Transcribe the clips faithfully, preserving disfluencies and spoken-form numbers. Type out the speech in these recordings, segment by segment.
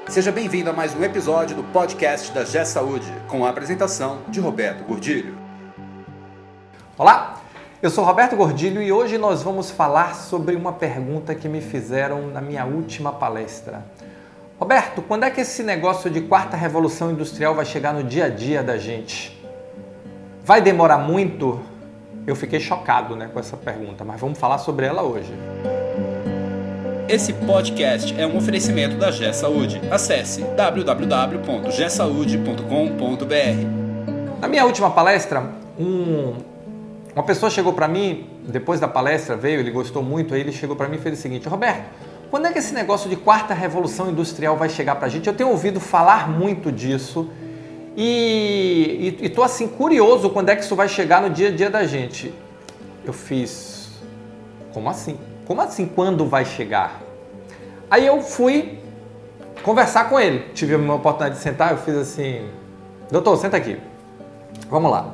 Seja bem-vindo a mais um episódio do podcast da G E Saúde, com a apresentação de Roberto Gordilho. Olá, eu sou Roberto Gordilho e hoje nós vamos falar sobre uma pergunta que me fizeram na minha última palestra. Roberto, quando é que esse negócio de quarta revolução industrial vai chegar no dia a dia da gente? Vai demorar muito? Eu fiquei chocado, né, com essa pergunta, mas vamos falar sobre ela hoje. Esse podcast é um oferecimento da G E Saúde. Acesse w w w ponto g saúde ponto com ponto b r. Na minha última palestra, um, uma pessoa chegou para mim, depois da palestra veio, ele gostou muito, aí ele chegou para mim e fez o seguinte: Roberto, quando é que esse negócio de quarta revolução industrial vai chegar para a gente? Eu tenho ouvido falar muito disso e estou assim curioso quando é que isso vai chegar no dia a dia da gente. Eu fiz, como assim? Como assim, quando vai chegar? Aí eu fui conversar com ele. Tive uma oportunidade de sentar, eu fiz assim: doutor, senta aqui. Vamos lá.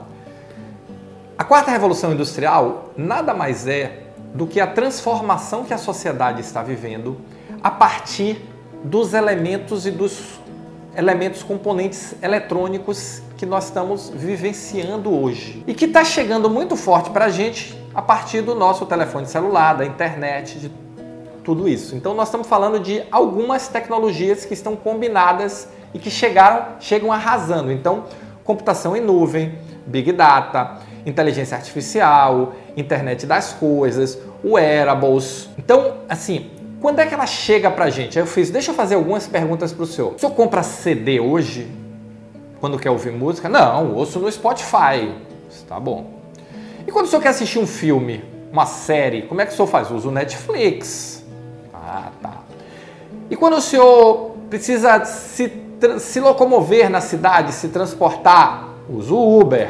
A quarta revolução industrial nada mais é do que a transformação que a sociedade está vivendo a partir dos elementos e dos elementos componentes eletrônicos que nós estamos vivenciando hoje. E que está chegando muito forte para a gente a partir do nosso telefone celular, da internet, de tudo isso. Então nós estamos falando de algumas tecnologias que estão combinadas e que chegaram, chegam arrasando. Então, computação em nuvem, Big Data, inteligência artificial, internet das coisas, wearables. Então, assim, quando é que ela chega pra gente? Aí eu fiz, deixa eu fazer algumas perguntas pro senhor. O senhor compra C D hoje? Quando quer ouvir música? Não, ouço no Spotify. Tá bom. E quando o senhor quer assistir um filme, uma série, como é que o senhor faz? Usa o Netflix. Ah, tá. E quando o senhor precisa se, se locomover na cidade, se transportar, usa o Uber.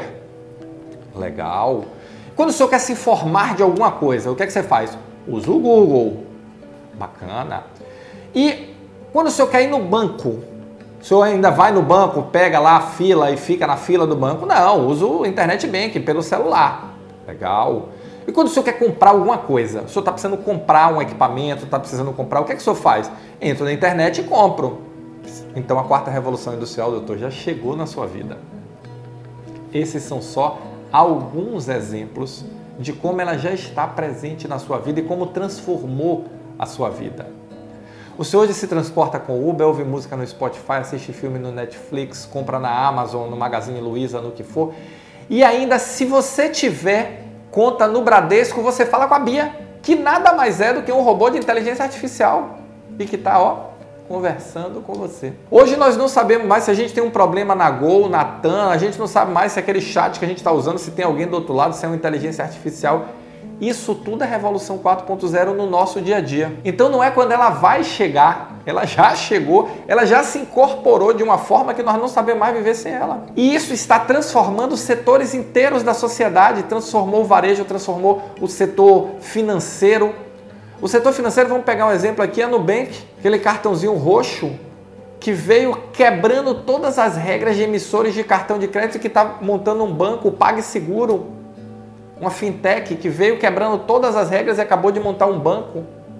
Legal. Quando o senhor quer se informar de alguma coisa, o que é que você faz? Usa o Google. Bacana. E quando o senhor quer ir no banco, o senhor ainda vai no banco, pega lá a fila e fica na fila do banco? Não, usa o Internet Banking pelo celular. Legal. E quando o senhor quer comprar alguma coisa, o senhor está precisando comprar um equipamento, está precisando comprar, o que é que o senhor faz? Entra na internet e compra. Então a quarta revolução industrial, doutor, já chegou na sua vida. Esses são só alguns exemplos de como ela já está presente na sua vida e como transformou a sua vida. O senhor hoje se transporta com o Uber, ouve música no Spotify, assiste filme no Netflix, compra na Amazon, no Magazine Luiza, no que for. E ainda, se você tiver conta no Bradesco, você fala com a Bia, que nada mais é do que um robô de inteligência artificial e que está, ó, conversando com você. Hoje nós não sabemos mais se a gente tem um problema na Gol, na TAM, a gente não sabe mais se aquele chat que a gente está usando, se tem alguém do outro lado, se é uma inteligência artificial. Isso tudo é Revolução quatro ponto zero no nosso dia a dia. Então não é quando ela vai chegar, ela já chegou, ela já se incorporou de uma forma que nós não sabemos mais viver sem ela. E isso está transformando setores inteiros da sociedade, transformou o varejo, transformou o setor financeiro. O setor financeiro, vamos pegar um exemplo aqui, a Nubank, aquele cartãozinho roxo que veio quebrando todas as regras de emissores de cartão de crédito, que está montando um banco, o PagSeguro, uma fintech que veio quebrando todas as regras e acabou de montar um banco.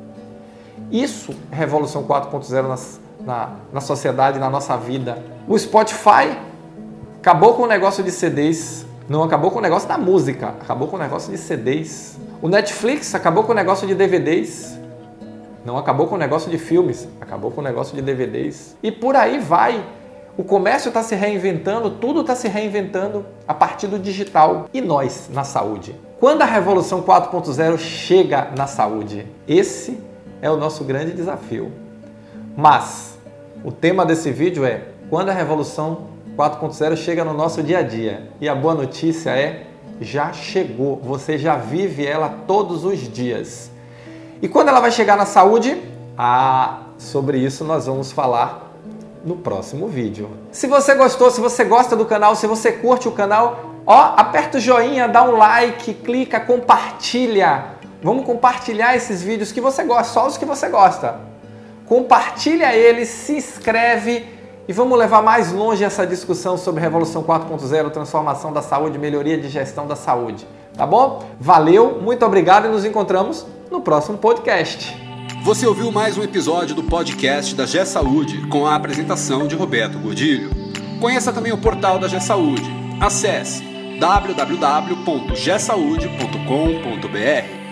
Isso é Revolução quatro ponto zero na, na, na sociedade, na nossa vida. O Spotify acabou com o negócio de C Ds, não acabou com o negócio da música, acabou com o negócio de C Ds. O Netflix acabou com o negócio de D V Ds, não acabou com o negócio de filmes, acabou com o negócio de D V Ds. E por aí vai. O comércio está se reinventando, tudo está se reinventando a partir do digital. E nós, na saúde? Quando a Revolução quatro ponto zero chega na saúde? Esse é o nosso grande desafio. Mas o tema desse vídeo é quando a Revolução quatro ponto zero chega no nosso dia a dia. E a boa notícia é, já chegou. Você já vive ela todos os dias. E quando ela vai chegar na saúde? Ah, sobre isso nós vamos falar no próximo vídeo. Se você gostou, se você gosta do canal, se você curte o canal, ó, aperta o joinha, dá um like, clica, compartilha. Vamos compartilhar esses vídeos que você gosta, só os que você gosta. Compartilha eles, se inscreve e vamos levar mais longe essa discussão sobre Revolução quatro ponto zero, transformação da saúde, melhoria de gestão da saúde. Tá bom? Valeu, muito obrigado e nos encontramos no próximo podcast. Você ouviu mais um episódio do podcast da G Saúde com a apresentação de Roberto Gordilho. Conheça também o portal da G Saúde. Acesse w w w ponto g saúde ponto com ponto b r.